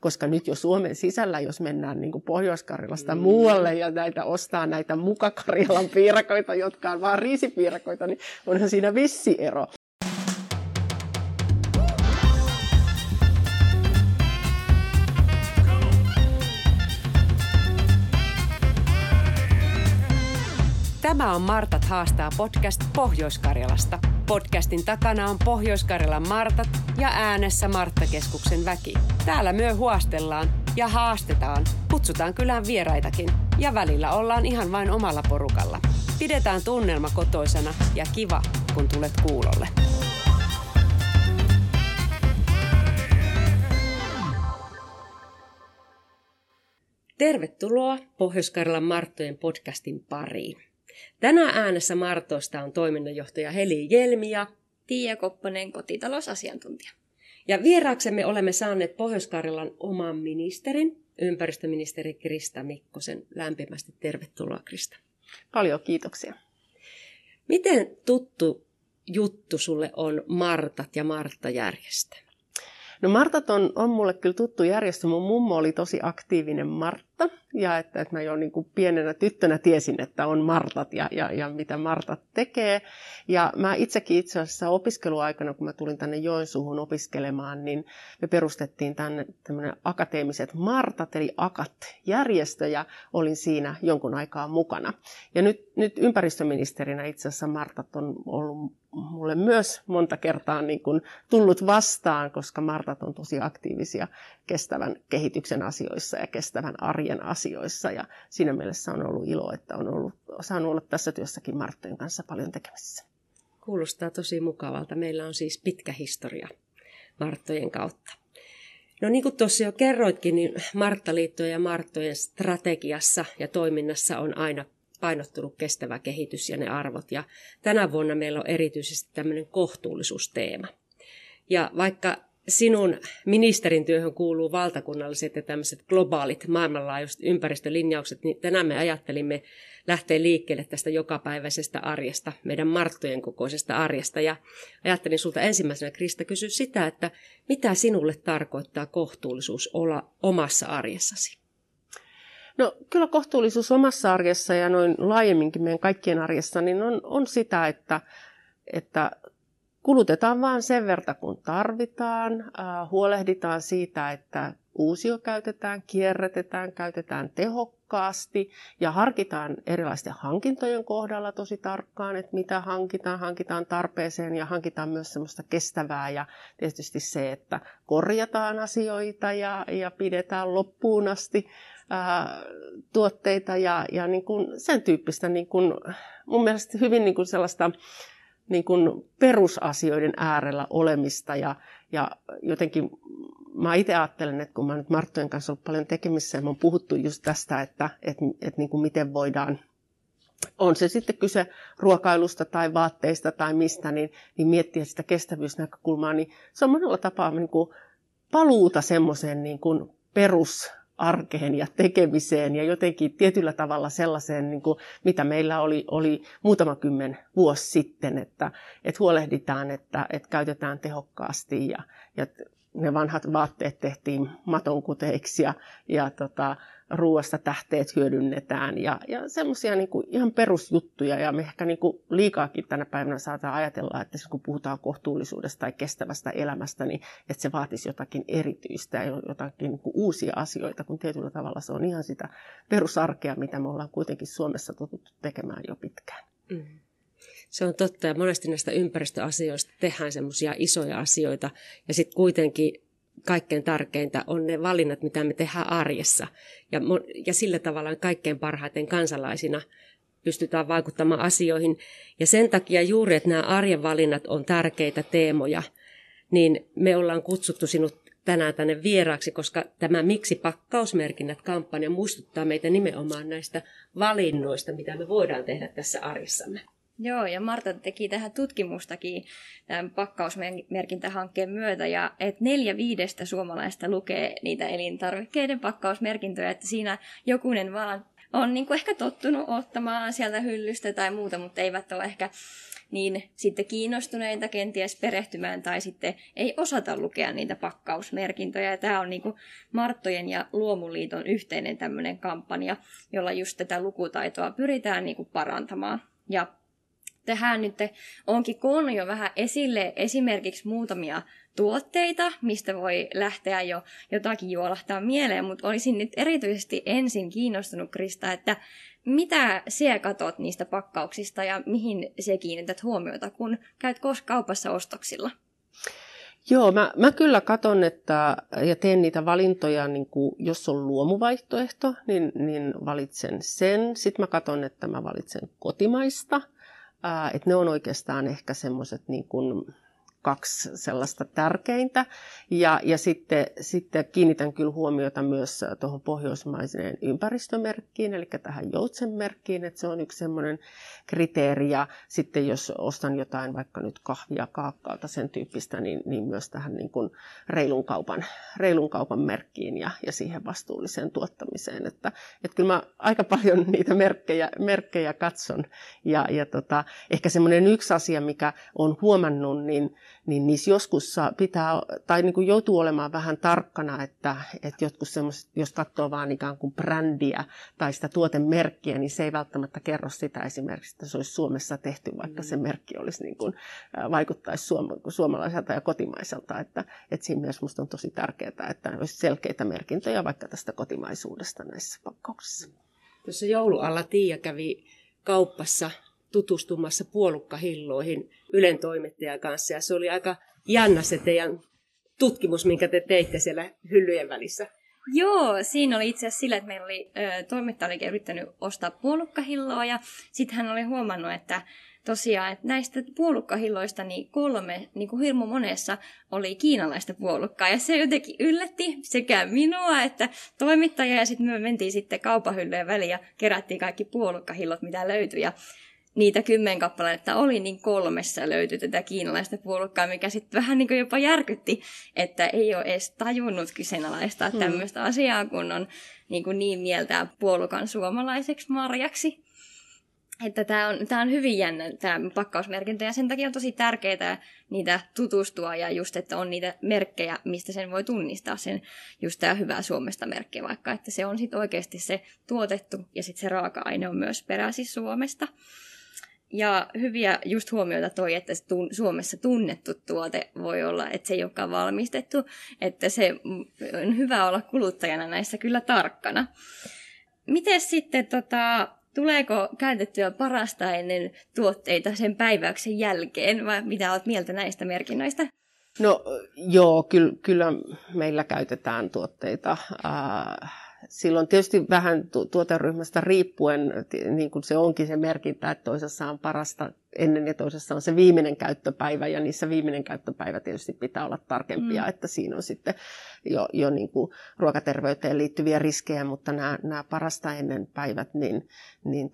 Koska nyt jo Suomen sisällä, jos mennään niin kuin Pohjois-Karjalasta muualle ja ostaa näitä Muka-Karjalan piirakoita, jotka on vaan riisipiirakoita, niin onhan siinä vissi ero. Tämä on Martat haastaa podcast Pohjois-Karjalasta. Podcastin takana on Pohjois-Karjalan Martat ja äänessä Marttakeskuksen väki. Täällä myö huostellaan ja haastetaan, kutsutaan kylään vieraitakin ja välillä ollaan ihan vain omalla porukalla. Pidetään tunnelma kotoisana ja kiva, kun tulet kuulolle. Tervetuloa Pohjois-Karjalan Marttojen podcastin pariin. Tänään äänessä Martoista on toiminnanjohtaja Heli Jelmi ja Tiia Kopponen, kotitalousasiantuntija. Ja vieraaksemme olemme saaneet Pohjois-Karjalan oman ministerin, ympäristöministeri Krista Mikkosen. Lämpimästi tervetuloa, Krista. Paljon kiitoksia. Miten tuttu juttu sulle on Martat ja Martta-järjestö? No Martat on mulle kyllä tuttu järjestö. Mun mummo oli tosi aktiivinen Martta ja että mä jo niin kuin pienenä tyttönä tiesin, että on Martat ja mitä Martat tekee. Ja mä itsekin itse asiassa opiskeluaikana, kun mä tulin tänne Joensuuhun opiskelemaan, niin me perustettiin tänne tämmöinen akateemiset Martat eli AKAT-järjestö ja olin siinä jonkun aikaa mukana. Ja nyt ympäristöministerinä itse asiassa Martat on ollut mulle myös monta kertaa niin kuin tullut vastaan, koska Martat on tosi aktiivisia kestävän kehityksen asioissa ja kestävän arjen asioissa. Ja siinä mielessä on ollut ilo, että on saanut olla tässä työssäkin Marttojen kanssa paljon tekemisissä. Kuulostaa tosi mukavalta. Meillä on siis pitkä historia Marttojen kautta. No niin kuin tuossa jo kerroitkin, niin Marttaliittojen ja Marttojen strategiassa ja toiminnassa on aina painottunut kestävä kehitys ja ne arvot. Ja tänä vuonna meillä on erityisesti tämmöinen kohtuullisuusteema. Ja vaikka sinun ministerin työhön kuuluu valtakunnalliset ja tämmöiset globaalit maailmanlaajuiset ympäristölinjaukset, niin tänään me ajattelimme lähteä liikkeelle tästä jokapäiväisestä arjesta, meidän Marttojen kokoisesta arjesta. Ja ajattelin sulta ensimmäisenä, Krista, kysyä sitä, että mitä sinulle tarkoittaa kohtuullisuus olla omassa arjessasi? No kyllä kohtuullisuus omassa arjessa ja noin laajemminkin meidän kaikkien arjessa niin on sitä, että kulutetaan vaan sen verran kun tarvitaan, huolehditaan siitä, että uusio käytetään, kierrätetään, käytetään tehokkaasti ja harkitaan erilaisten hankintojen kohdalla tosi tarkkaan, että mitä hankitaan tarpeeseen ja hankitaan myös semmoista kestävää ja tietysti se, että korjataan asioita ja pidetään loppuun asti tuotteita ja niin kuin sen tyyppistä niin kuin, mun mielestä hyvin niin kuin sellaista niin kuin perusasioiden äärellä olemista ja jotenkin mä itse ajattelen, että kun mä nyt Marttojen kanssa ollut paljon tekemissä ja mä oon puhuttu just tästä, että niin kuin miten voidaan, on se sitten kyse ruokailusta tai vaatteista tai mistä, niin miettiä sitä kestävyysnäkökulmaa, niin se on monella tapaa niin kuin paluuta semmoiseen niin kuin perusarkeen ja tekemiseen ja jotenkin tietyllä tavalla sellaiseen, niin kuin, mitä meillä oli muutama kymmen vuosi sitten, että huolehditaan, että käytetään tehokkaasti ja ne vanhat vaatteet tehtiin matonkuteiksi ja ruoasta tähteet hyödynnetään ja semmoisia niin kuin ihan perusjuttuja ja me ehkä niin kuin liikaakin tänä päivänä saadaan ajatella, että kun puhutaan kohtuullisuudesta tai kestävästä elämästä, niin että se vaatisi jotakin erityistä ja jotakin niin kuin uusia asioita, kun tietyllä tavalla se on ihan sitä perusarkea, mitä me ollaan kuitenkin Suomessa totuttu tekemään jo pitkään. Mm. Se on totta ja monesti näistä ympäristöasioista tehdään semmoisia isoja asioita ja sitten kuitenkin kaikkein tärkeintä on ne valinnat, mitä me tehdään arjessa. Ja sillä tavalla kaikkein parhaiten kansalaisina pystytään vaikuttamaan asioihin. Ja sen takia juuri, että nämä arjen valinnat on tärkeitä teemoja, niin me ollaan kutsuttu sinut tänään tänne vieraaksi, koska tämä Miksi pakkausmerkinnät-kampanja muistuttaa meitä nimenomaan näistä valinnoista, mitä me voidaan tehdä tässä arjessamme. Joo, ja Marta teki tähän tutkimustakin tämän pakkausmerkintähankkeen myötä, ja että 4/5 suomalaista lukee niitä elintarvikkeiden pakkausmerkintöjä, että siinä jokunen vaan on niin kuin ehkä tottunut ottamaan sieltä hyllystä tai muuta, mutta eivät ole ehkä niin sitten kiinnostuneita kenties perehtymään tai sitten ei osata lukea niitä pakkausmerkintöjä. Ja tämä on niin kuin Marttojen ja Luomuliiton yhteinen tämmöinen kampanja, jolla just tätä lukutaitoa pyritään niin kuin parantamaan. Ja tähän nyt onkin koonnut jo vähän esille esimerkiksi muutamia tuotteita, mistä voi lähteä jo jotakin juolahtaa mieleen, mutta olisin nyt erityisesti ensin kiinnostunut, Krista, että mitä sinä katot niistä pakkauksista ja mihin sinä kiinnität huomiota, kun käyt kaupassa ostoksilla? Joo, mä kyllä katon ja teen niitä valintoja, niin kuin, jos on luomuvaihtoehto, niin valitsen sen. Sitten mä katon, että mä valitsen kotimaista. Että ne on oikeastaan ehkä semmoiset niin kuin 2 sellaista tärkeintä. Ja sitten kiinnitän kyllä huomiota myös tuohon pohjoismaiseen ympäristömerkkiin, eli tähän joutsenmerkkiin, että se on yksi semmoinen kriteeri. Ja sitten jos ostan jotain, vaikka nyt kahvia, kaakkaalta, sen tyyppistä, niin myös tähän niin kuin reilun kaupan merkkiin ja siihen vastuulliseen tuottamiseen. Että kyllä mä aika paljon niitä merkkejä katson. Ja ehkä semmoinen yksi asia, mikä on huomannut, niin niissä joskus pitää, tai niin kuin joutuu olemaan vähän tarkkana, että jotkut semmoiset, jos katsoo vaan ikään kuin brändiä tai sitä tuotemerkkiä, niin se ei välttämättä kerro sitä esimerkiksi, että se olisi Suomessa tehty, vaikka se merkki olisi niin kuin, vaikuttaisi suomalaiselta ja kotimaiselta. Että siinä mielessä minusta on tosi tärkeää, että olisi selkeitä merkintöjä vaikka tästä kotimaisuudesta näissä pakkauksissa. Tuossa joulualla Tiia kävi kaupassa tutustumassa puolukkahilloihin Ylen toimittajan kanssa. Ja se oli aika jännä se teidän tutkimus, minkä te teitte siellä hyllyjen välissä. Joo, siinä oli itse asiassa sillä, että meillä oli toimittaja oli yrittänyt ostaa puolukkahilloa ja sitten hän oli huomannut, että tosiaan, että näistä puolukkahilloista niin 3, niin kuin hirmu monessa, oli kiinalaista puolukkaa. Ja se jotenkin yllätti sekä minua että toimittajaa. Ja sitten me mentiin sitten kaupahyllyjen väliin ja kerättiin kaikki puolukkahillot, mitä löytyi. Ja niitä 10 kappaletta oli, niin 3 löytyi tätä kiinalaista puolukkaa, mikä sitten vähän niin kuin jopa järkytti, että ei ole edes tajunnut kyseenalaistaa tämmöistä asiaa, kun on niin mieltää puolukan suomalaiseksi marjaksi. Että tämä on hyvin jännä, tämä pakkausmerkintä, ja sen takia on tosi tärkeää niitä tutustua, ja just, että on niitä merkkejä, mistä sen voi tunnistaa, sen just tämä hyvää Suomesta merkki, vaikka että se on sitten oikeasti se tuotettu, ja sitten se raaka-aine on myös peräisin Suomesta. Ja hyviä just huomioita toi, että Suomessa tunnettu tuote voi olla, että se ei olekaan valmistettu, että se on hyvä olla kuluttajana näissä kyllä tarkkana. Miten sitten tuleeko käytettyä parasta ennen tuotteita sen päiväyksen jälkeen, vai mitä olet mieltä näistä merkinnöistä? No joo, kyllä meillä käytetään tuotteita. Silloin tietysti vähän tuoteryhmästä riippuen, niin kuin se onkin se merkintä, että toisessa on parasta ennen ja toisessa on se viimeinen käyttöpäivä, ja niissä viimeinen käyttöpäivä tietysti pitää olla tarkempia, että siinä on sitten jo niin kuin ruokaterveyteen liittyviä riskejä, mutta nämä parasta ennen päivät, niin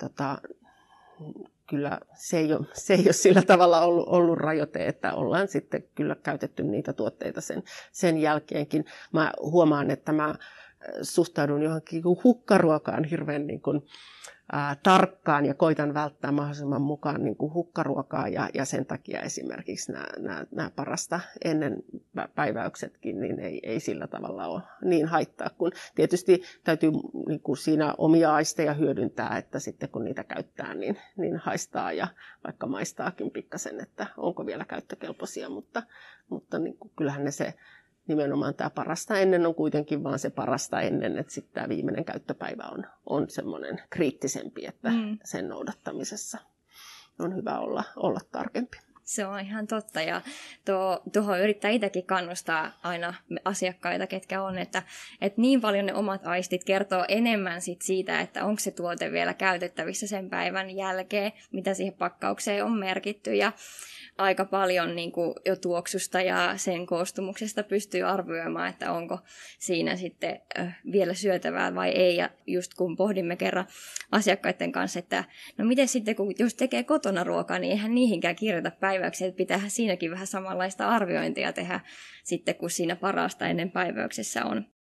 kyllä se ei ole sillä tavalla ollut rajoite, että ollaan sitten kyllä käytetty niitä tuotteita sen jälkeenkin. Mä huomaan, että mä suhtaudun johonkin hukkaruokaan hirveän niin kuin, tarkkaan ja koitan välttää mahdollisimman mukaan niin kuin hukkaruokaa ja sen takia esimerkiksi nämä parasta ennen päiväyksetkin niin ei sillä tavalla ole niin haittaa, kun tietysti täytyy niin kuin siinä omia aisteja hyödyntää, että sitten kun niitä käyttää niin haistaa ja vaikka maistaakin pikkasen, että onko vielä käyttökelpoisia, mutta niin kuin, kyllähän ne se nimenomaan tämä parasta ennen on kuitenkin vaan se parasta ennen, että sitten tämä viimeinen käyttöpäivä on semmoinen kriittisempi, että sen noudattamisessa on hyvä olla tarkempi. Se on ihan totta, ja tuohon yrittää itsekin kannustaa aina asiakkaita, ketkä on, että niin paljon ne omat aistit kertoo enemmän siitä, että onko se tuote vielä käytettävissä sen päivän jälkeen, mitä siihen pakkaukseen on merkitty, ja aika paljon niin kuin jo tuoksusta ja sen koostumuksesta pystyy arvioimaan, että onko siinä sitten vielä syötävää vai ei. Ja just kun pohdimme kerran asiakkaiden kanssa, että no miten sitten, jos tekee kotona ruokaa, niin eihän niihinkään kirjoita päiväyksiä, että pitäähän siinäkin vähän samanlaista arviointia tehdä sitten, kun siinä parasta ennen päiväyksessä on.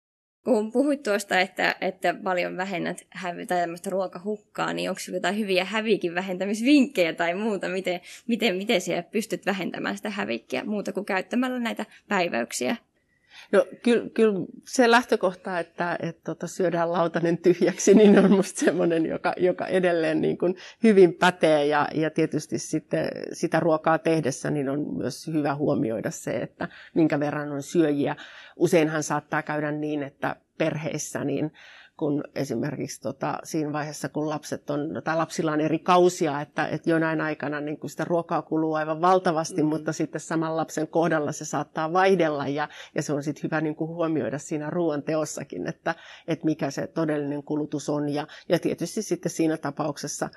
Kun puhuit tuosta, että paljon vähennät tämmöistä ruokahukkaa, niin onko sinulla jotain hyviä hävikin vähentämisvinkkejä tai muuta? Miten siellä pystyt vähentämään sitä hävikkiä muuta kuin käyttämällä näitä päiväyksiä? No kyllä se lähtökohta, että syödään lautanen tyhjäksi, niin on musta semmoinen, joka edelleen niin kuin hyvin pätee. Ja tietysti sitten sitä ruokaa tehdessä niin on myös hyvä huomioida se, että minkä verran on syöjiä. Useinhan saattaa käydä niin, että perheissä niin kun esimerkiksi siinä vaiheessa, kun lapsilla on eri kausia, että jonain aikana niin kun sitä ruokaa kuluu aivan valtavasti, mutta sitten saman lapsen kohdalla se saattaa vaihdella ja se on sitten hyvä niin kun huomioida siinä ruoanteossakin, että mikä se todellinen kulutus on. Ja tietysti sitten siinä tapauksessa,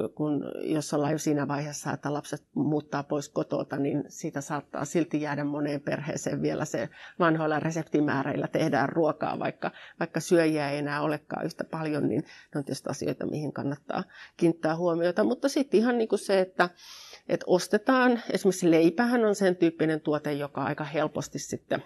jos ollaan jo siinä vaiheessa, että lapset muuttaa pois kotota, niin siitä saattaa silti jäädä moneen perheeseen vielä se vanhoilla reseptimääreillä tehdään ruokaa, vaikka syöjiä ei enää olekaan yhtä paljon, niin ne on tietysti asioita, mihin kannattaa kiinnittää huomiota. Mutta sitten ihan niin kuin se, että ostetaan, esimerkiksi leipähän on sen tyyppinen tuote, joka aika helposti sitten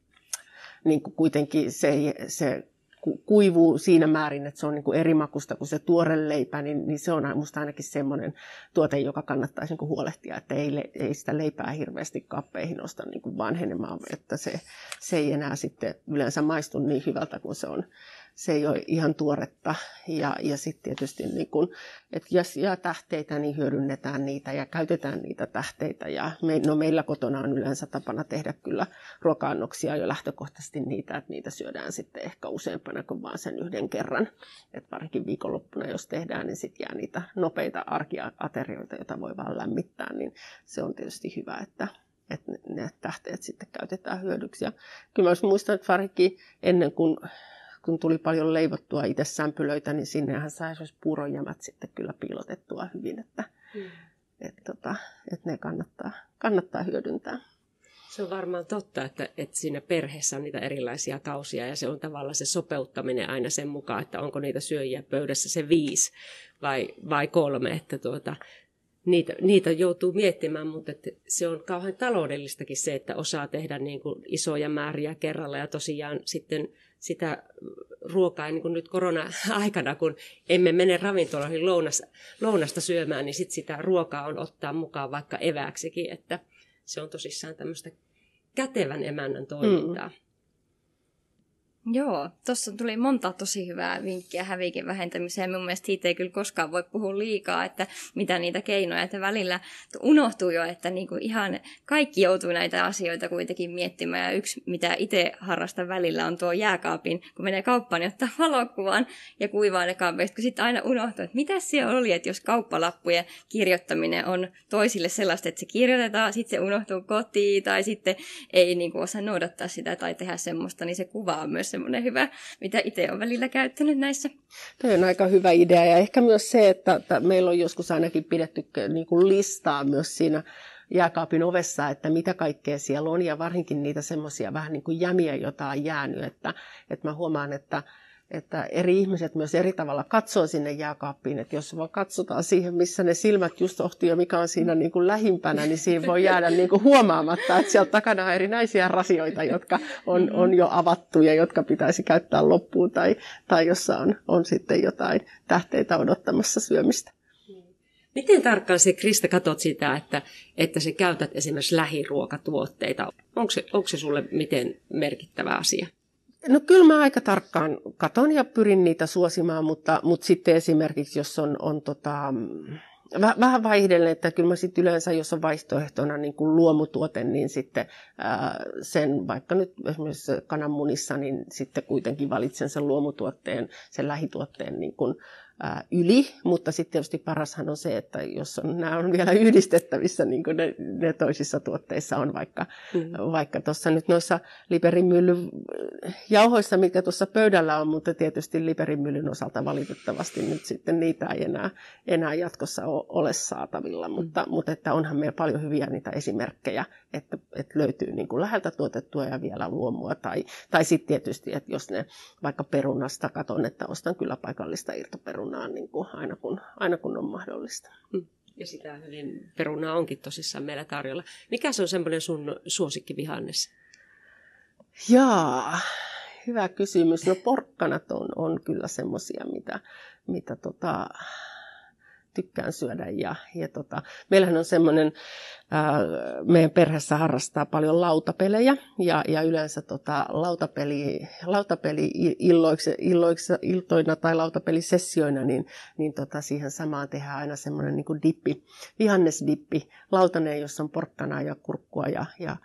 niin kuin kuitenkin se kuivuu siinä määrin, että se on niin kuin eri makusta kuin se tuore leipä, niin se on musta ainakin semmoinen tuote, joka kannattaisi niin kuin huolehtia, että ei sitä leipää hirveästi kappeihin osta niin kuin vanhenemaan, että se ei enää sitten yleensä maistu niin hyvältä kuin se ei ole ihan tuoretta. Ja sitten tietysti, niin kun, että jos jää tähteitä, niin hyödynnetään niitä ja käytetään niitä tähteitä. Ja meillä kotona on yleensä tapana tehdä kyllä ruoka-annoksia jo lähtökohtaisesti niitä, että niitä syödään sitten ehkä useampana kuin vaan sen yhden kerran. Että varsinkin viikonloppuna, jos tehdään, niin sitten jää niitä nopeita arkiaterioita, joita voi vaan lämmittää. Niin se on tietysti hyvä, että ne tähteet sitten käytetään hyödyksi. Ja kyllä mä muistan, että varsinkin ennen kuin kun tuli paljon leivottua itse sämpylöitä, niin sinnehän sai esimerkiksi puuronjämät sitten kyllä piilotettua hyvin, että ne kannattaa hyödyntää. Se on varmaan totta, että siinä perheessä on niitä erilaisia kausia ja se on tavallaan se sopeuttaminen aina sen mukaan, että onko niitä syöjiä pöydässä se 5 vai 3, että niitä joutuu miettimään, mutta se on kauhean taloudellistakin se, että osaa tehdä niin kuin isoja määriä kerralla ja tosiaan sitten sitä ruokaa, niin kuin nyt korona-aikana, kun emme mene ravintoloihin lounasta syömään, niin sitten sitä ruokaa on ottaa mukaan vaikka evääksikin, että se on tosissaan tämmöistä kätevän emännän toimintaa. Joo, tuossa tuli monta tosi hyvää vinkkiä hävikin vähentämiseen. Mun mielestä siitä ei kyllä koskaan voi puhua liikaa, että mitä niitä keinoja, että välillä unohtuu jo, että niinku ihan kaikki joutuu näitä asioita kuitenkin miettimään. Ja yksi, mitä itse harrastan välillä, on tuo jääkaapin, kun menee kauppaan, niin ottaa valokuvan ja kuivaa ne kaapeista, kun sitten aina unohtuu, että mitä siellä oli, että jos kauppalappujen kirjoittaminen on toisille sellaista, että se kirjoitetaan, sitten se unohtuu kotiin tai sitten ei niinku osaa noudattaa sitä tai tehdä semmoista, niin se kuva on myös semmoinen hyvä, mitä itse olen välillä käyttänyt näissä. Tämä on aika hyvä idea ja ehkä myös se, että meillä on joskus ainakin pidetty niin kuin listaa myös siinä jääkaapin ovessa, että mitä kaikkea siellä on ja varsinkin niitä semmoisia vähän niin kuin jämiä, joita on jäänyt, että mä huomaan, että eri ihmiset myös eri tavalla katsoo sinne jääkaappiin, että jos vaan katsotaan siihen, missä ne silmät just ohtii ja mikä on siinä niin kuin lähimpänä, niin siinä voi jäädä niin kuin huomaamatta, että siellä takana on erinäisiä rasioita, jotka on jo avattu ja jotka pitäisi käyttää loppuun tai jossa on sitten jotain tähteitä odottamassa syömistä. Miten tarkkaan se, Krista, katsot sitä, että sä käytät esimerkiksi lähiruokatuotteita? Onko se sulle miten merkittävä asia? No kyllä mä aika tarkkaan katon ja pyrin niitä suosimaan, mutta sitten esimerkiksi jos on vähän vaihdellen, että kyllä mä sitten yleensä, jos on vaihtoehtona niin kuin luomutuote, niin sitten sen vaikka nyt esimerkiksi kananmunissa, niin sitten kuitenkin valitsen sen luomutuotteen, sen lähituotteen niin kuin yli, mutta sitten tietysti parashan on se, että jos nämä on vielä yhdistettävissä, niin kuin ne toisissa tuotteissa on, vaikka tuossa nyt noissa Liperin myllyn jauhoissa, mitkä tuossa pöydällä on, mutta tietysti Liperin myllyn osalta valitettavasti nyt sitten niitä ei enää jatkossa ole saatavilla, mutta että onhan meillä paljon hyviä niitä esimerkkejä, että löytyy niin kuin läheltä tuotettua ja vielä luomua, tai sitten tietysti, että jos ne vaikka perunasta katon, että ostan kyllä paikallista irtoperunaa, niin kuin aina kun on mahdollista. Ja sitä hyvin perunaa onkin tosissaan meillä tarjolla. Mikä se on semmoinen sun suosikkivihannes? Jaa, hyvä kysymys. No porkkanat on kyllä semmoisia, mitä tykkään syödä. Meillähän on semmoinen, meidän perheessä harrastaa paljon lautapelejä ja yleensä iltoina tai lautapelisessioina, niin siihen samaan tehdään aina semmoinen niin kuin dippi, vihannesdippi, lautanen, jossa on porkkanaa ja kurkkua ja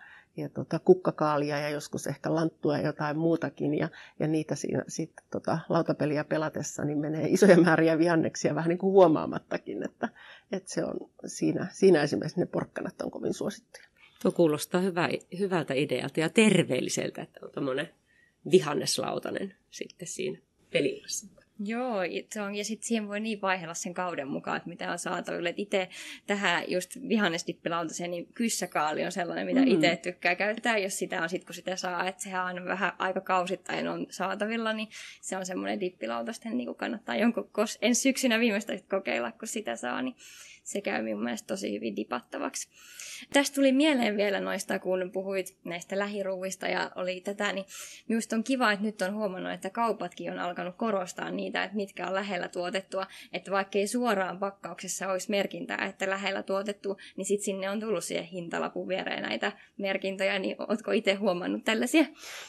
kukkakaalia ja joskus ehkä lanttua ja jotain muutakin. Ja niitä sitten lautapeliä pelatessa niin menee isoja määriä vihanneksia vähän niin kuin huomaamattakin. Että se on siinä esimerkiksi ne porkkanat on kovin suosittuja. Tuo kuulostaa hyvältä idealta ja terveelliseltä, että on tämmöinen vihanneslautanen sitten siinä pelillassa. Joo, se on, ja sitten siihen voi niin vaihella sen kauden mukaan, että mitä on saatavilla. Itse tähän just vihannesdippilautaseen, niin kyssäkaali on sellainen, mitä itse tykkää käyttää, jos sitä on sitten, kun sitä saa, että sehän aina vähän aika kausittain on saatavilla, niin se on semmoinen dippilautasten, niin kannattaa jonkun ensi syksynä viimeistä kokeilla, kun sitä saa, niin se käy minun mielestä tosi hyvin dipattavaksi. Tästä tuli mieleen vielä noista, kun puhuit näistä lähiruuista ja oli tätä, niin minusta on kiva, että nyt on huomannut, että kaupatkin on alkanut korostaa niitä, että mitkä on lähellä tuotettua, että vaikka ei suoraan pakkauksessa olisi merkintää, että lähellä tuotettu, niin sitten sinne on tullut siihen hintalapun viereen näitä merkintöjä, niin oletko itse huomannut tällaisia?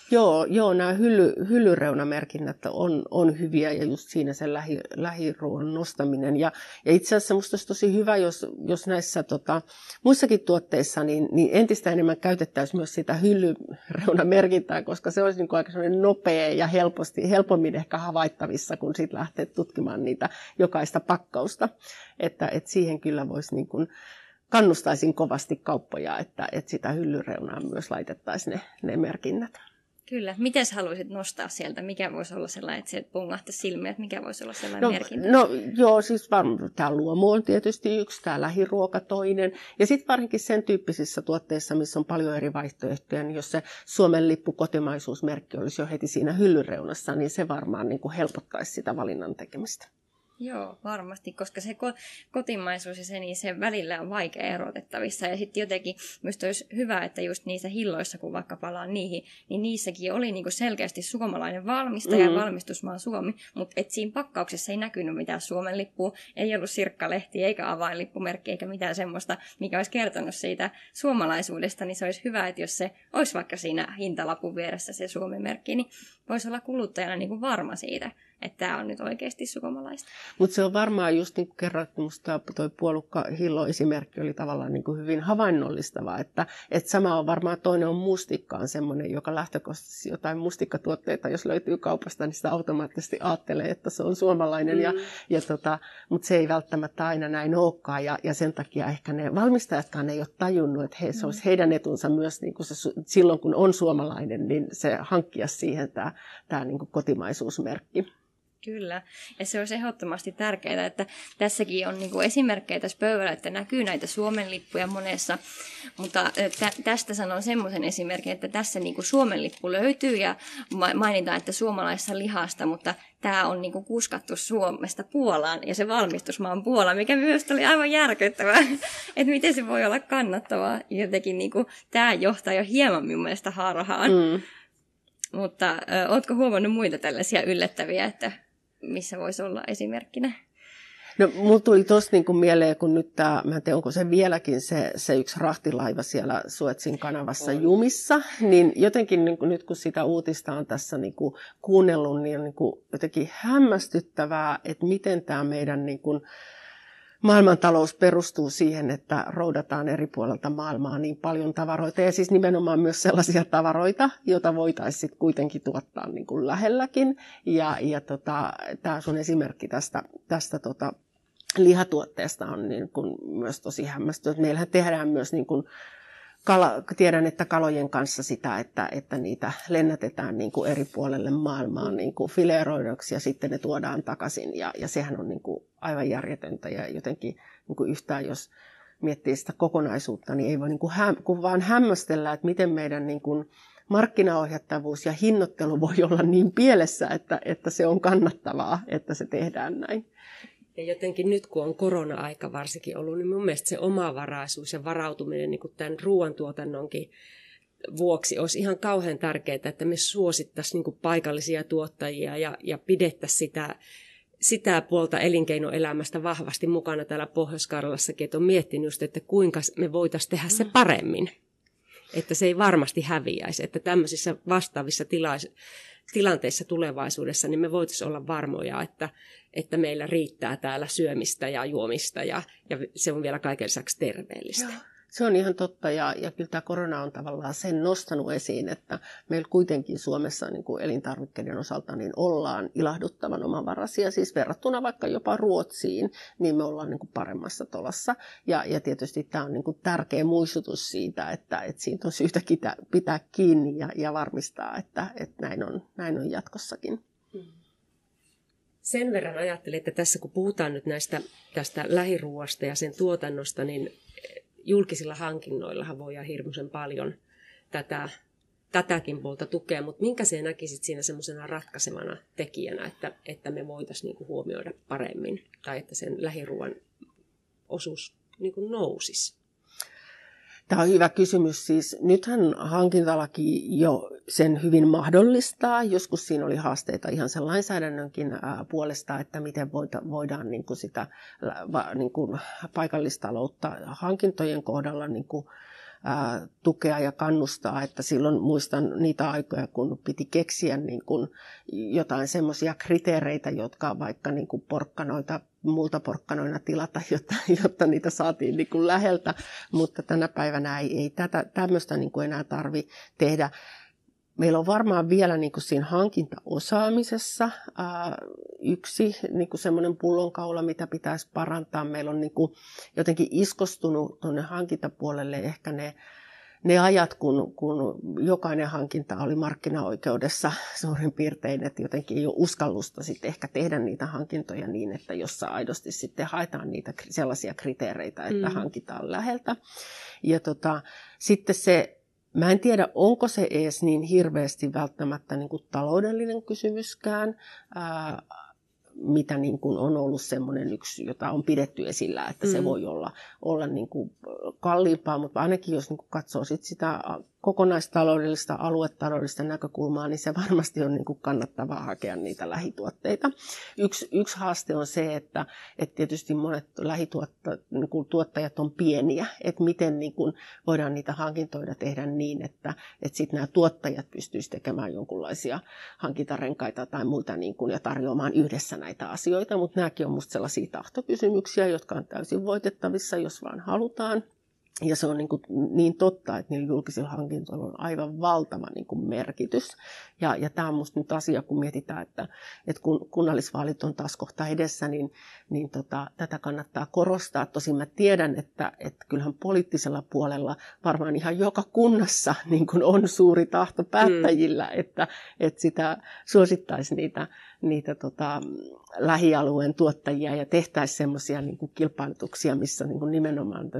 Joo, nämä hyllyreunamerkinnät on hyviä ja just siinä se lähiruoan nostaminen. Ja itse asiassa minusta olisi tosi hyvä, jos näissä muissakin tuotteissa niin entistä enemmän käytettäisiin myös sitä hyllyreunamerkintää, koska se olisi niin kuin aika nopea ja helpommin ehkä havaittavissa, kun sitten lähtee tutkimaan niitä jokaista pakkausta. Että siihen kyllä voisi niin kuin kannustaisin kovasti kauppoja, että sitä hyllyreunaan myös laitettaisiin ne merkinnät. Kyllä. Miten haluaisit nostaa sieltä? Mikä voisi olla sellainen, että se pungahtaa silmiä, että mikä voisi olla sellainen merkintä? No joo, siis tämä luomu on tietysti yksi, tämä lähiruoka toinen. Ja sitten varsinkin sen tyyppisissä tuotteissa, missä on paljon eri vaihtoehtoja, niin jos se Suomen lippu kotimaisuusmerkki olisi jo heti siinä hyllyreunassa, niin se varmaan niin kuin helpottaisi sitä valinnan tekemistä. Joo, varmasti, koska se kotimaisuus ja se, niin se välillä on vaikea erotettavissa. Ja sitten jotenkin minusta olisi hyvä, että just niissä hilloissa, kun vaikka palaan niihin, niin niissäkin oli niinku selkeästi suomalainen valmistaja ja valmistusmaa Suomi, mutta et siinä pakkauksessa ei näkynyt mitään Suomen lippua, ei ollut sirkkalehti eikä avainlippumerkki eikä mitään semmoista, mikä olisi kertonut siitä suomalaisuudesta, niin se olisi hyvä, että jos se olisi vaikka siinä hintalapun vieressä se Suomen merkki, niin voisi olla kuluttajana niinku varma siitä, että tämä on nyt oikeasti suomalaista. Mutta se on varmaan just niin kuin kerroit, että minusta tuo puolukkahillo-esimerkki oli tavallaan niin kuin hyvin havainnollistava, että sama on varmaan toinen on mustikkaan semmoinen, joka lähtökohtaisesti jotain mustikkatuotteita, jos löytyy kaupasta, niin sitä automaattisesti ajattelee, että se on suomalainen, mutta se ei välttämättä aina näin olekaan, ja sen takia ehkä ne valmistajatkaan ei ole tajunnut, että se olisi heidän etunsa myös niin kuin silloin, kun on suomalainen, niin se hankkia siihen tämä niin kuin kotimaisuusmerkki. Kyllä, ja se olisi ehdottomasti tärkeää, että tässäkin on niin kuin esimerkkejä tässä pöydällä, että näkyy näitä Suomen lippuja monessa, mutta tästä sanon semmoisen esimerkin, että tässä niin kuin Suomen lippu löytyy ja mainitaan, että suomalaisessa lihasta, mutta tämä on niin kuin kuskattu Suomesta Puolaan ja se valmistusmaa on Puola, mikä myös oli aivan järkyttävää, että miten se voi olla kannattavaa. Jotenkin niin kuin, tämä johtaa jo hieman minun mielestä harhaan. Mutta ootko huomannut muita tällaisia yllättäviä, että missä voisi olla esimerkkinä? No, mulla tuli tuossa niin mieleen, kun nyt mä en tiedä, onko se vieläkin se yksi rahtilaiva siellä Suezin kanavassa jumissa, niin jotenkin niin nyt kun sitä uutista on tässä niin kuunnellut, niin on niin jotenkin hämmästyttävää, että miten tämä meidän niin maailmantalous perustuu siihen, että roudataan eri puolelta maailmaa niin paljon tavaroita, ja siis nimenomaan myös sellaisia tavaroita, joita voitaisiin kuitenkin tuottaa niin kuin lähelläkin. Ja tämä sun esimerkki tästä lihatuotteesta on niin kuin myös tosi hämmästynyt. Meillähän tehdään myös niin kuin tiedän, että kalojen kanssa sitä, että niitä lennätetään niin kuin eri puolelle maailmaa niin kuin fileeroiduksi ja sitten ne tuodaan takaisin. Ja sehän on niin kuin aivan järjetöntä ja jotenkin niin kuin yhtään, jos miettii sitä kokonaisuutta, niin ei voi niin kuin vaan hämmästellä, että miten meidän niin kuin markkinaohjattavuus ja hinnoittelu voi olla niin pielessä, että se on kannattavaa, että se tehdään näin. Ja jotenkin nyt, kun on korona-aika varsinkin ollut, niin mun mielestä se omavaraisuus ja varautuminen niin kuin tämän ruoantuotannonkin vuoksi olisi ihan kauhean tärkeää, että me suosittaisiin niin kuin paikallisia tuottajia ja pidettäisiin sitä puolta elinkeinoelämästä vahvasti mukana täällä Pohjois-Karjalassakin, että on miettinyt just, että kuinka me voitaisiin tehdä se paremmin, että se ei varmasti häviäisi, että tämmöisissä vastaavissa tilanteissa tulevaisuudessa niin me voitaisiin olla varmoja, että meillä riittää täällä syömistä ja juomista ja se on vielä kaiken lisäksi terveellistä. Joo. Se on ihan totta ja kyllä tämä korona on tavallaan sen nostanut esiin, että meillä kuitenkin Suomessa niin kuin elintarvikkeiden osalta niin ollaan ilahduttavan omavaraisia, siis verrattuna vaikka jopa Ruotsiin, niin me ollaan niin kuin paremmassa tolassa. Ja tietysti tämä on niin kuin tärkeä muistutus siitä, että siitä on syytä pitää kiinni ja varmistaa, että näin on jatkossakin. Sen verran ajattelin, että tässä kun puhutaan nyt tästä lähiruuasta ja sen tuotannosta, niin julkisilla hankinnoillahan voidaan hirmuisen paljon tätäkin puolta tukea, mutta minkä sinä näkisit siinä semmoisena ratkaisevana tekijänä, että me voitaisiin niinku huomioida paremmin tai että sen lähiruuan osuus niinku nousisi? Tämä on hyvä kysymys. Siis nythän hankintalaki jo sen hyvin mahdollistaa. Joskus siinä oli haasteita ihan sen lainsäädännönkin puolesta, että miten voidaan niin kuin sitä niin kuin paikallistaloutta hankintojen kohdalla niin kuin tukea ja kannustaa, että silloin muistan niitä aikoja, kun piti keksiä niin kuin jotain semmoisia kriteereitä, jotka vaikka niin kuin multaporkkanoina tilata, jotta niitä saatiin niin kuin läheltä, mutta tänä päivänä ei tämmöistä niin kuin enää tarvitse tehdä. Meillä on varmaan vielä niin kuin siinä hankintaosaamisessa yksi niin kuin semmoinen pullonkaula, mitä pitäisi parantaa. Meillä on niin kuin jotenkin iskostunut tuonne hankintapuolelle ehkä ne ajat, kun jokainen hankinta oli markkinaoikeudessa suurin piirtein, että jotenkin ei ole uskallusta sitten ehkä tehdä niitä hankintoja niin, että jossa aidosti sitten haetaan niitä sellaisia kriteereitä, että hankitaan läheltä. Ja sitten mä en tiedä, onko se edes niin hirveästi välttämättä niin kuin taloudellinen kysymyskään, mitä niin kuin on ollut semmoinen yksi, jota on pidetty esillä, että se voi olla niin kuin kalliimpaa, mutta ainakin jos niin kuin katsoo sitä kokonaistaloudellista, aluetaloudellista näkökulmaa, niin se varmasti on niin kuin kannattavaa hakea niitä lähituotteita. Yksi haaste on se, että tietysti monet lähituottajat on pieniä, että miten niin kuin voidaan niitä hankintoja tehdä niin, että sitten nämä tuottajat pystyisivät tekemään jonkinlaisia hankintarenkaita tai muita niin kuin, ja tarjoamaan yhdessä näitä asioita, mutta nämäkin on minusta sellaisia tahtokysymyksiä, jotka on täysin voitettavissa, jos vaan halutaan. Ja se on niin totta, että niillä julkisilla hankintoilla on aivan valtava niin kuin merkitys. Ja tämä on minusta nyt asia, kun mietitään, että kun kunnallisvaalit on taas kohta edessä, niin tätä kannattaa korostaa. Tosin mä tiedän, että kyllähän poliittisella puolella varmaan ihan joka kunnassa niin kuin on suuri tahto päättäjillä, että sitä suosittaisi niitä lähialueen tuottajia ja tehtäisiin semmoisia niin kuin kilpailutuksia, missä niin kuin nimenomaan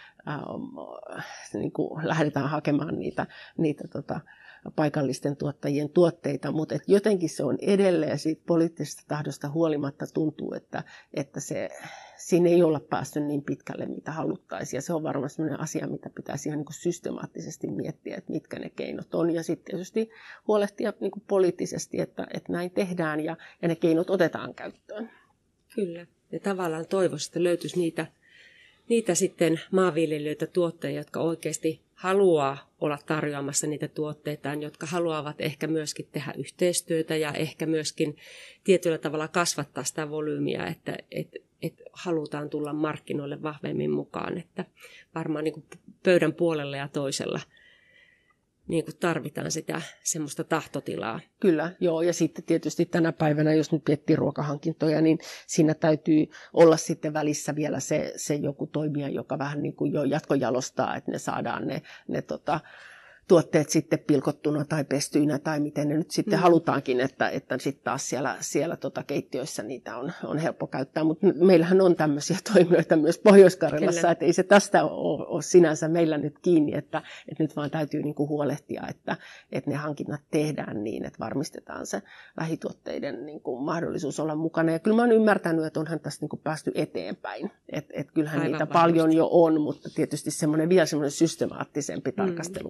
niin kuin lähdetään hakemaan niitä paikallisten tuottajien tuotteita, mutta jotenkin se on edelleen siitä poliittisesta tahdosta huolimatta tuntuu, että siinä ei olla päästy niin pitkälle, mitä haluttaisiin. Ja se on varmaan sellainen asia, mitä pitäisi ihan niin kuin systemaattisesti miettiä, että mitkä ne keinot on. Ja sitten tietysti huolehtia niin kuin poliittisesti, että näin tehdään ja ne keinot otetaan käyttöön. Kyllä. Ja tavallaan toivoisi, että löytyisi niitä sitten maanviljelijöitä, tuottajia, jotka oikeasti haluaa olla tarjoamassa niitä tuotteitaan, jotka haluavat ehkä myöskin tehdä yhteistyötä ja ehkä myöskin tietyllä tavalla kasvattaa sitä volyymiä, että halutaan tulla markkinoille vahvemmin mukaan. Että varmaan niin kuin pöydän puolella ja toisella niin kuin tarvitaan sitä semmoista tahtotilaa. Kyllä, joo. Ja sitten tietysti tänä päivänä, jos nyt miettii ruokahankintoja, niin siinä täytyy olla sitten välissä vielä se joku toimija, joka vähän niin kuin jo jatkojalostaa, että ne saadaan ne tuotteet sitten pilkottuna tai pestyinä tai miten ne nyt sitten halutaankin, että sitten taas siellä keittiöissä niitä on helppo käyttää. Mutta meillähän on tämmöisiä toimijoita myös Pohjois-Karjalassa, että ei se tästä ole sinänsä meillä nyt kiinni, että nyt vaan täytyy niinku huolehtia, että ne hankinnat tehdään niin, että varmistetaan se lähituotteiden niinku mahdollisuus olla mukana. Ja kyllä mä oon ymmärtänyt, että onhan tässä niinku päästy eteenpäin. Että kyllähän aivan niitä varmasti paljon jo on, mutta tietysti vielä semmoinen systemaattisempi tarkastelu voisi olla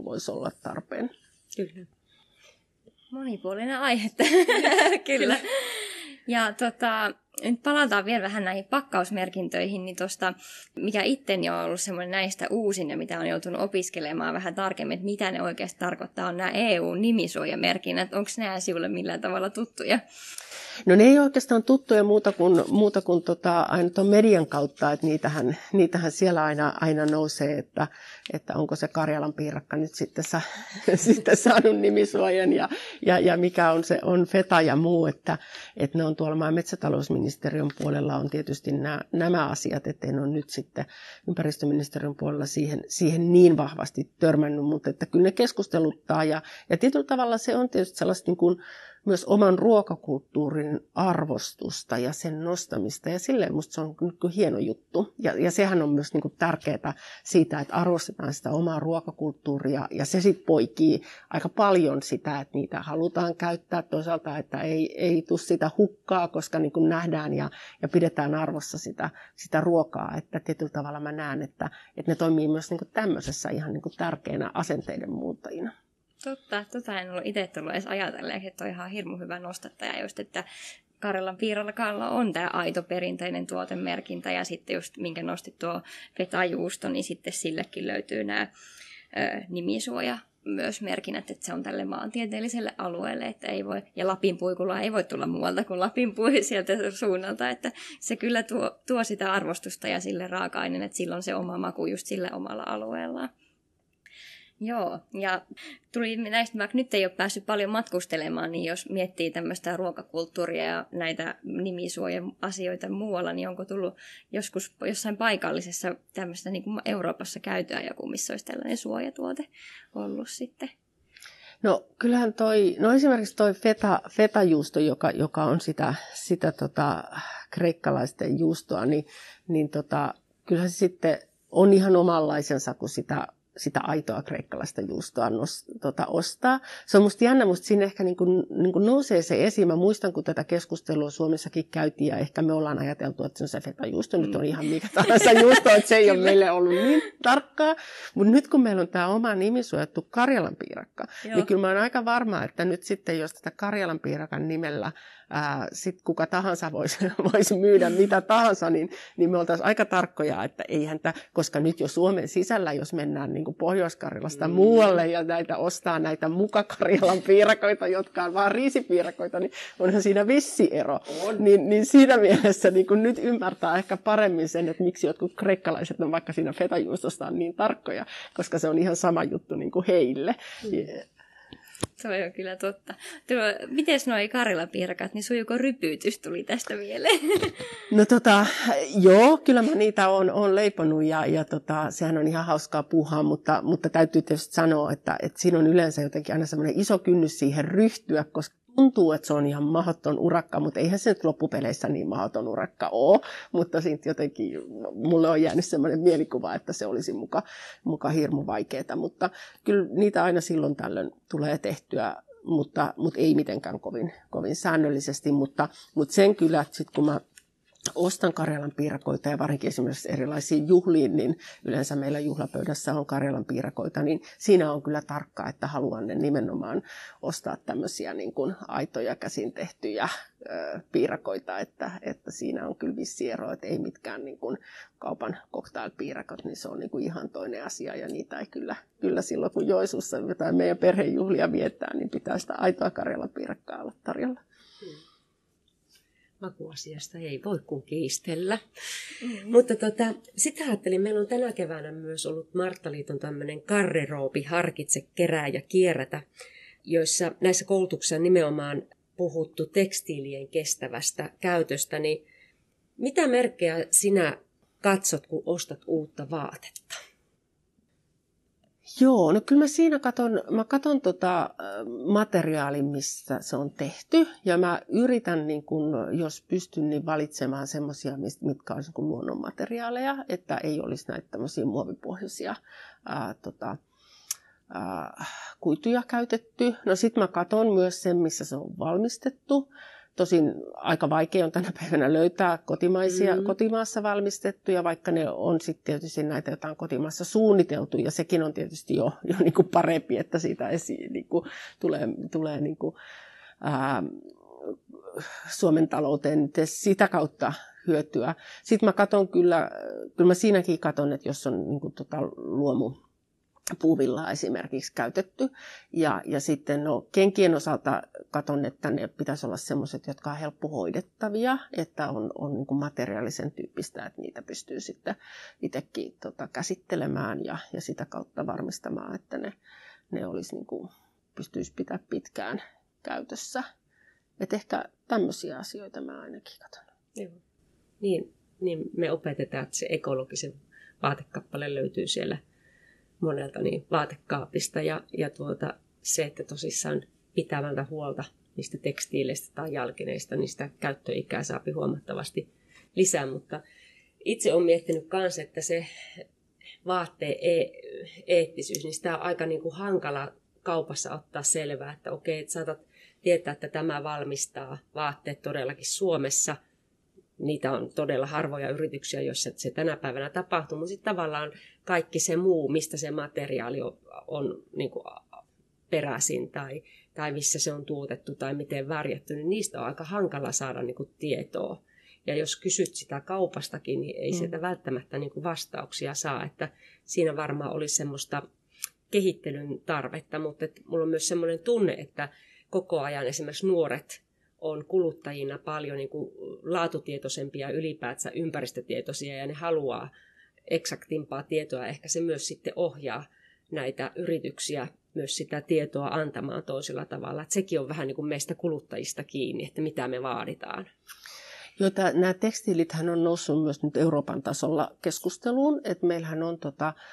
olla tarpeen. Kyllä. Monipuolinen aihe. Kyllä. Ja nyt palataan vielä vähän näihin pakkausmerkintöihin, niin mikä itteni on ollut semmoinen näistä uusin ja mitä on joutunut opiskelemaan vähän tarkemmin, että mitä ne oikeasti tarkoittaa, on nämä EU-nimisuojamerkinnät. Onko nämä sinulle millään tavalla tuttuja? No ne ei oikeastaan tuttuja muuta kuin aina tuon median kautta, että niitähän siellä aina nousee, että onko se Karjalan piirakka nyt sitten saanut nimisuojan ja mikä on feta ja muu, että ne on tuolla maa- ja metsätalousministeriön puolella on tietysti nämä asiat, ettei ne ole nyt sitten ympäristöministeriön puolella siihen niin vahvasti törmännyt, mutta että kyllä ne keskusteluttaa ja tietyllä tavalla se on tietysti sellaista niin kuin myös oman ruokakulttuurin arvostusta ja sen nostamista. Ja silleen musta se on hieno juttu. Ja sehän on myös niin kuin tärkeää siitä, että arvostetaan sitä omaa ruokakulttuuria. Ja se sitten poikii aika paljon sitä, että niitä halutaan käyttää toisaalta, että ei tule sitä hukkaa, koska niin kuin nähdään ja pidetään arvossa sitä ruokaa. Että tietyllä tavalla mä näen, että ne toimii myös niin kuin tämmöisessä ihan niin kuin tärkeänä asenteiden muuttajina. Totta en ollut itse tullut edes ajatelleeksi, että on ihan hirmu hyvä nostattaja just, että Karjalan piiralla on tämä aito perinteinen tuotemerkintä ja sitten just minkä nosti tuo fetajuusto, niin sitten sillekin löytyy nämä nimisuoja myös merkinnät, että se on tälle maantieteelliselle alueelle, että ei voi, ja Lapinpuikulla ei voi tulla muualta kuin Lapinpui sieltä suunnalta, että se kyllä tuo sitä arvostusta ja sille raaka-aineen, että sillä on se oma maku just sillä omalla alueellaan. Joo, ja tuli näistä, vaikka nyt ei ole päässyt paljon matkustelemaan, niin jos miettii tämmöistä ruokakulttuuria ja näitä nimisuoja-asioita muualla, niin onko tullut joskus jossain paikallisessa tämmöistä niin kuin Euroopassa käytyä joku, missä olisi tällainen suojatuote ollut sitten? No kyllähän esimerkiksi toi fetajuusto, joka on sitä kreikkalaisten juustoa, niin kyllähän se sitten on ihan omanlaisensa, kun sitä aitoa kreikkalaista juustoa ostaa. Se on musta jännä, musta siinä ehkä niin kuin nousee se esiin. Mä muistan, kun tätä keskustelua Suomessakin käytiin ja ehkä me ollaan ajateltu, että se fetajuusto nyt on ihan mikä tahansa juusto, että se ei ole meille ollut niin tarkkaa. Mutta nyt kun meillä on tämä oma nimisuojattu Karjalan piirakka, niin kyllä mä oon aika varma, että nyt sitten jos tätä Karjalan piirakan nimellä sit kuka tahansa voisi myydä mitä tahansa, niin me oltaisiin aika tarkkoja, että eihän koska nyt jo Suomen sisällä, jos mennään niin kuin Pohjois-Karjalasta muualle ja ostaa näitä muka-Karjalan piirakoita, jotka on vaan riisipiirakoita, niin onhan siinä vissi ero. Niin siinä mielessä niin kuin nyt ymmärtää ehkä paremmin sen, että miksi jotkut kreikkalaiset on vaikka siinä fetajuustostaan niin tarkkoja, koska se on ihan sama juttu niin kuin heille. Se on kyllä totta. Miten nuo Karjalan piirakat, niin sujuuko rypyytys tuli tästä mieleen? No joo, kyllä mä niitä on leiponut ja sehän on ihan hauskaa puuhaa, mutta täytyy tietysti sanoa, että siinä on yleensä jotenkin aina semmoinen iso kynnys siihen ryhtyä, koska tuntuu, että se on ihan mahdoton urakka, mutta eihän se nyt loppupeleissä niin mahdoton urakka ole. Mutta siitä jotenkin mulle on jäänyt semmoinen mielikuva, että se olisi muka hirmu vaikeaa. Mutta kyllä niitä aina silloin tällöin tulee tehtyä, mutta ei mitenkään kovin säännöllisesti. Mutta sen kyllä, että sit kun mä ostan Karjalan piirakoita ja varsinkin esimerkiksi erilaisiin juhliin, niin yleensä meillä juhlapöydässä on Karjalan piirakoita, niin siinä on kyllä tarkkaa, että haluan ne nimenomaan ostaa tämmöisiä niin kuin aitoja käsin tehtyjä piirakoita, että siinä on kyllä vissi ero, että ei mitkään niin kuin kaupan cocktailpiirakot, niin se on niin kuin ihan toinen asia ja niitä ei kyllä silloin, kun Joensuussa jotain meidän perhejuhlia viettää, niin pitää sitä aitoa Karjalan piirakkaa olla tarjolla. Makuasiasta ei voi kuin kiistellä. Mutta sitä ajattelin, meillä on tänä keväänä myös ollut Marttaliiton tämmöinen Karreroopi, harkitse, kerää ja kierrätä, joissa näissä koulutuksissa nimenomaan puhuttu tekstiilien kestävästä käytöstä. Niin mitä merkkejä sinä katsot, kun ostat uutta vaatetta? Joo, no kyllä mä siinä katon materiaalin, missä se on tehty. Ja mä yritän, niin kun, jos pystyn, niin valitsemaan semmoisia, mitkä on niin luonnonmateriaaleja, että ei olisi näitä tämmöisiä muovipohjaisia kuituja käytetty. No sit mä katon myös sen, missä se on valmistettu. Tosin aika vaikea on tänä päivänä löytää kotimaassa valmistettuja, vaikka ne on sitten tietysti näitä, joita on kotimaassa suunniteltu, ja sekin on tietysti jo niin kuin parempi, että siitä niin kuin tulee niin kuin, Suomen talouteen sitä kautta hyötyä. Sitten mä katson kyllä mä siinäkin katson, että jos on niin kuin, luomupuuvillaa esimerkiksi käytetty. Ja sitten kenkien osalta katson, että ne pitäisi olla sellaiset, jotka on helppo hoidettavia, että on niin kuin materiaalisen tyyppistä, että niitä pystyy sitten itsekin käsittelemään ja sitä kautta varmistamaan, että ne olisi niin kuin, pystyisi pitää pitkään käytössä. Että ehkä tämmöisiä asioita mä ainakin katson. Joo. Niin me opetetaan, että se ekologisen vaatekappale löytyy siellä monelta niin vaatekaapista ja se, että tosissaan pitävältä huolta niistä tekstiileistä tai jalkineista, niin sitä käyttöikää saa huomattavasti lisää. Mutta itse olen miettinyt myös, että se vaatteen eettisyys, niin sitä on aika niin kuin hankala kaupassa ottaa selvää, että okei, että saatat tietää, että tämä valmistaa vaatteet todellakin Suomessa. Niitä on todella harvoja yrityksiä, joissa se tänä päivänä tapahtuu, mutta sitten tavallaan kaikki se muu, mistä se materiaali on niin kuin peräisin tai missä se on tuotettu tai miten värjätty, niin niistä on aika hankala saada niin kuin tietoa. Ja jos kysyt sitä kaupastakin, niin ei sieltä välttämättä niin kuin vastauksia saa, että siinä varmaan olisi semmoista kehittelyn tarvetta, mutta mulla on myös semmoinen tunne, että koko ajan esimerkiksi nuoret on kuluttajina paljon niin kuin laatutietoisempia, ylipäätään ympäristötietoisia, ja ne haluaa eksaktimpaa tietoa. Ehkä se myös sitten ohjaa näitä yrityksiä myös sitä tietoa antamaan toisella tavalla. Että sekin on vähän niin kuin meistä kuluttajista kiinni, että mitä me vaaditaan. Nämä tekstiilithän on noussut myös nyt Euroopan tasolla keskusteluun, että meillähän on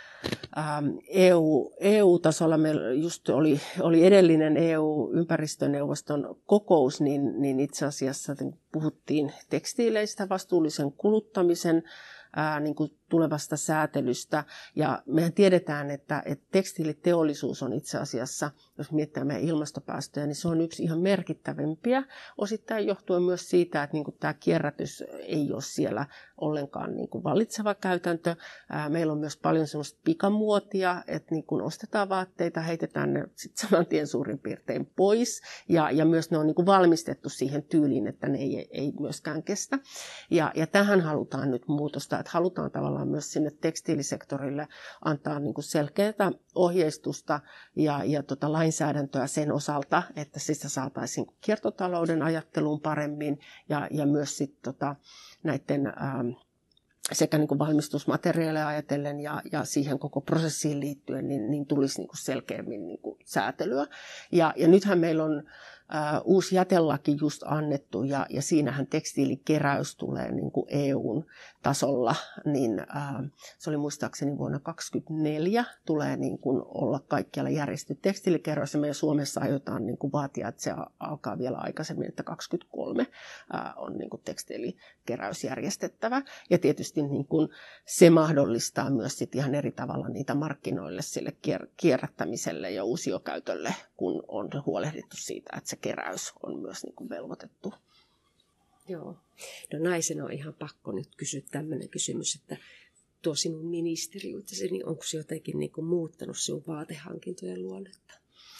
EU-tasolla, meillä just oli edellinen EU-ympäristöneuvoston kokous, niin itse asiassa puhuttiin tekstiileistä, vastuullisen kuluttamisen niin kuin tulevasta säätelystä. Ja mehän tiedetään, että tekstiiliteollisuus on itse asiassa, jos mietitään meidän ilmastopäästöjä, niin se on yksi ihan merkittävimpiä. Osittain johtuen myös siitä, että niin kuin tämä kierrätys ei ole siellä ollenkaan niin kuin vallitseva käytäntö. Meillä on myös paljon semmoista pikamuotia, että niin kuin ostetaan vaatteita, heitetään ne sitten saman tien suurin piirtein pois. Ja myös ne on niin kuin valmistettu siihen tyyliin, että ne ei myöskään kestä. Ja tähän halutaan nyt muutosta, että halutaan tavallaan myös sinne tekstiilisektorille antaa niin kuin selkeää ohjeistusta ja lainsäädäntöä sen osalta, että sitä saataisiin kiertotalouden ajatteluun paremmin ja myös sitten näiden sekä niin kuin valmistusmateriaaleja ajatellen ja siihen koko prosessiin liittyen, niin tulisi niin kuin selkeämmin niin kuin säätelyä. Ja nythän meillä on uusi jätelaki just annettu ja siinähän tekstiilikeräys tulee niin kuin EUn tasolla, niin se oli muistaakseni vuonna 2024 tulee niin kuin olla kaikkialla järjestetty tekstiilikeräys ja meidän Suomessa aiotaan niin kuin vaatia, että se alkaa vielä aikaisemmin, että 2023 on niin kuin tekstiilikeräys järjestettävä ja tietysti niin kuin se mahdollistaa myös sit ihan eri tavalla niitä markkinoille sille kierrättämiselle ja uusiokäytölle, kun on huolehdittu siitä, että se keräys on myös niin kuin velvoitettu. Joo. No naisen on ihan pakko nyt kysyä tämmöinen kysymys, että tuo sinun ministeriötäsi, niin onko se jotenkin niin kuin muuttanut sinun vaatehankintojen luonnetta?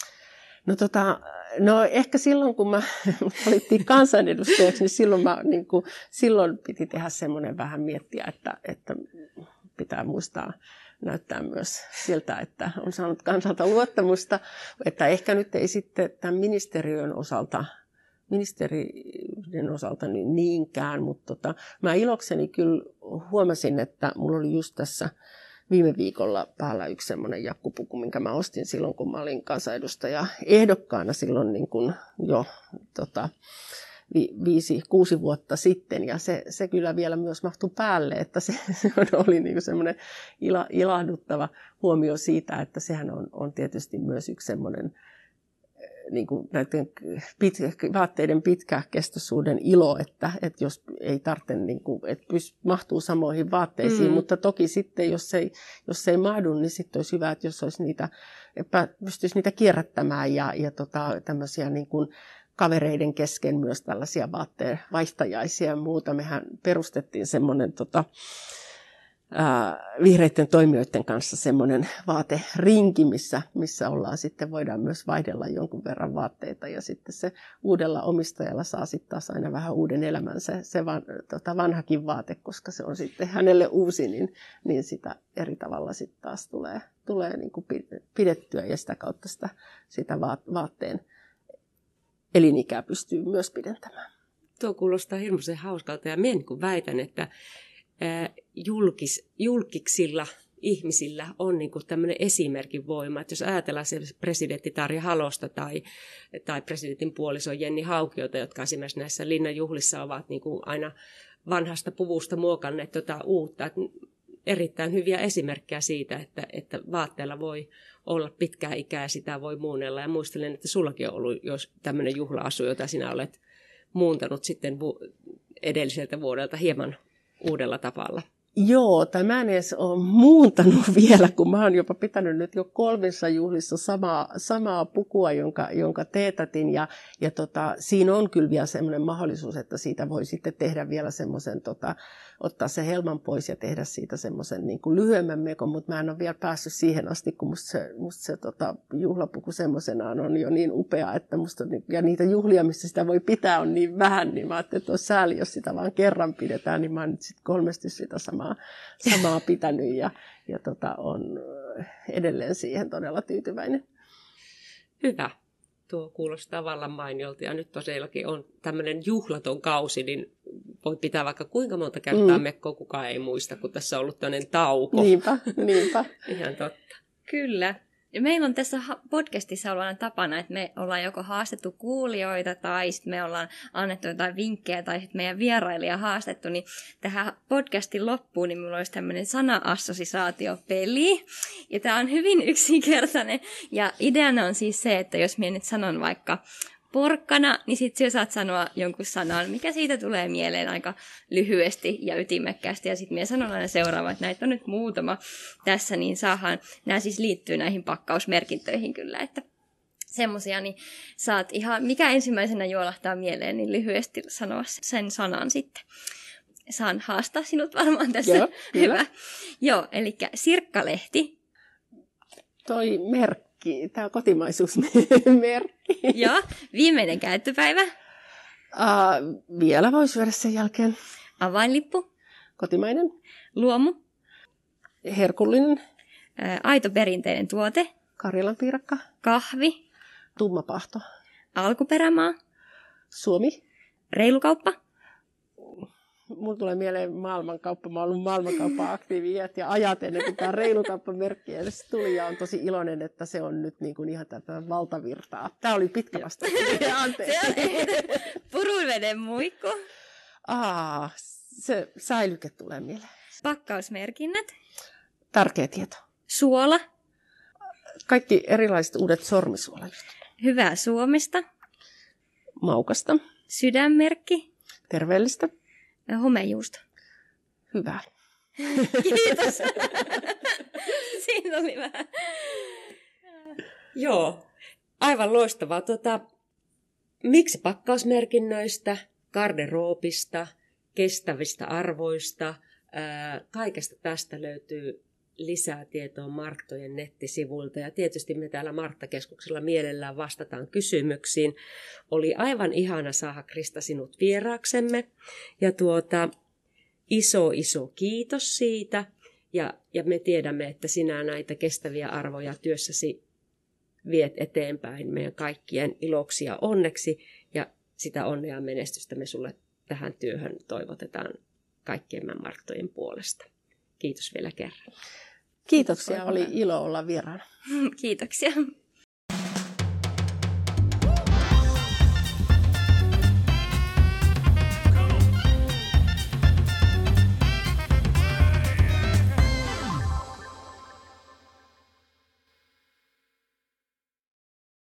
No ehkä silloin, kun mä valittiin kansanedustajaksi, niin silloin piti tehdä semmoinen vähän miettiä, että pitää muistaa näyttää myös siltä, että on saanut kansalta luottamusta, että ehkä nyt ei sitten tämän ministerin osalta niinkään, mutta mä ilokseni kyllä huomasin, että mulla oli just tässä viime viikolla päällä yksi semmoinen jakkupuku, minkä mä ostin silloin, kun mä olin kansanedustaja ehdokkaana silloin niin kuin jo 5-6 vuotta sitten, ja se kyllä vielä myös mahtui päälle, että se oli niin kuin semmoinen ilahduttava huomio siitä, että sehän on tietysti myös yksi semmoinen niin kuin näiden vaatteiden pitkäkestoisuuden ilo, että jos ei tarvitse, niin kuin, että mahtuu samoihin vaatteisiin, mutta toki sitten, jos ei mahdu, niin sitten olisi hyvä, että jos olisi pystyisi niitä kierrättämään ja tämmöisiä niin kuin kavereiden kesken myös tällaisia vaatteen vaihtajaisia ja muuta. Mehän perustettiin semmoinen vihreiden toimijoiden kanssa semmoinen vaaterinki, missä sitten voidaan myös vaihdella jonkun verran vaatteita ja sitten se uudella omistajalla saa sitten taas aina vähän uuden elämän se vanhakin vaate, koska se on sitten hänelle uusi, niin sitä eri tavalla sitten taas tulee niin kuin pidettyä ja sitä kautta sitä vaatteen elinikää pystyy myös pidentämään. Tuo kuulostaa hirmuisen hauskalta ja minä niin väitän, että julkiksilla ihmisillä on niin kuin tämmöinen esimerkin voima. Että jos ajatellaan presidentti Tarja Halosta tai presidentin puoliso Jenni Haukiota, jotka esimerkiksi näissä linnanjuhlissa ovat niin kuin aina vanhasta puvusta muokanneet uutta. Että erittäin hyviä esimerkkejä siitä, että vaatteella voi olla pitkää ikää ja sitä voi muunnella. Ja muistelen, että sullakin on ollut jos tämmöinen juhla-asu, jota sinä olet muuntanut sitten edelliseltä vuodelta hieman uudella tavalla. Joo, tai mä en edes ole muuntanut vielä, kun mä oon jopa pitänyt nyt jo 3 juhlissa samaa pukua, jonka teetätin. Ja siinä on kyllä vielä semmoinen mahdollisuus, että siitä voi sitten tehdä vielä semmoisen, ottaa se helman pois ja tehdä siitä semmoisen niin kuin lyhyemmän mekon, mutta mä en ole vielä päässyt siihen asti, kun musta se juhlapuku semmoisenaan on jo niin upea, että ja niitä juhlia, missä sitä voi pitää, on niin vähän, niin mä ajattelin, että olisi sääli, jos sitä vaan kerran pidetään, niin mä oon nyt sitten 3 sitä samaa pitänyt ja on edelleen siihen todella tyytyväinen. Hyvä. Tuo kuulostaa vallan mainiolta ja nyt tosiaankin on tämmöinen juhlaton kausi, niin voi pitää vaikka kuinka monta kertaa mekkoa, kukaan ei muista, kun tässä on ollut tämmöinen tauko. Niinpä. Ihan totta. Kyllä. Ja meillä on tässä podcastissa ollut tapana, että me ollaan joko haastettu kuulijoita tai sitten me ollaan annettu jotain vinkkejä tai sitten meidän vierailija haastettu, niin tähän podcastin loppuun niin minulla olisi tämmöinen sana-assosiaatiopeli. Ja tämä on hyvin yksinkertainen ja ideana on siis se, että jos minä nyt sanon vaikka porkkana, niin sitten sinä saat sanoa jonkun sanan, mikä siitä tulee mieleen aika lyhyesti ja ytimekkäästi. Ja sitten minä sanon aina seuraava, että näitä on nyt muutama tässä, niin saadaan, nämä siis liittyy näihin pakkausmerkintöihin kyllä, että semmoisia, niin saat ihan, mikä ensimmäisenä juolahtaa mieleen, niin lyhyesti sanoa sen sanan sitten. Saan haastaa sinut varmaan tässä. Joo, hyvä. Joo, eli sirkkalehti. Toi merkki. Tämä on kotimaisuusmerkki. Joo, viimeinen käyttöpäivä. Vielä voisi syödä sen jälkeen. Avainlippu. Kotimainen. Luomu. Herkullinen. Aito perinteinen tuote. Karjalan piirakka. Kahvi. Tummapahto. Alkuperämaa. Suomi. Reilukauppa. Mulla tulee mieleen maailmankauppa. Mä oon ollut maailmankauppa-aktiivi ja ajat ennen kuin tämä reilukauppamerkki edes tuli. Ja on tosi iloinen, että se on nyt niin kuin ihan tätä valtavirtaa. Tämä oli pitkä vastaus. Puruveden muikku. Se säilyke tulee mieleen. Pakkausmerkinnät. Tärkeä tieto. Suola. Kaikki erilaiset uudet sormisuolet. Hyvää Suomesta. Maukasta. Sydänmerkki. Terveellistä. Homejuusto. Hyvä. Kiitos. Siinä oli vähän. Joo, aivan loistavaa. Miksi pakkausmerkinnöistä, garderoopista, kestävistä arvoista, kaikesta tästä löytyy lisää tietoa Marttojen nettisivuilta. Ja tietysti me täällä Martta-keskuksella mielellään vastataan kysymyksiin. Oli aivan ihana saada, Krista, sinut vieraaksemme. Ja iso kiitos siitä. Ja me tiedämme, että sinä näitä kestäviä arvoja työssäsi viet eteenpäin meidän kaikkien iloksi ja onneksi. Ja sitä onnea ja menestystä me sulle tähän työhön toivotetaan kaikkien Marttojen puolesta. Kiitos vielä kerran. Kiitoksia, oli ilo olla vieraana. Kiitoksia.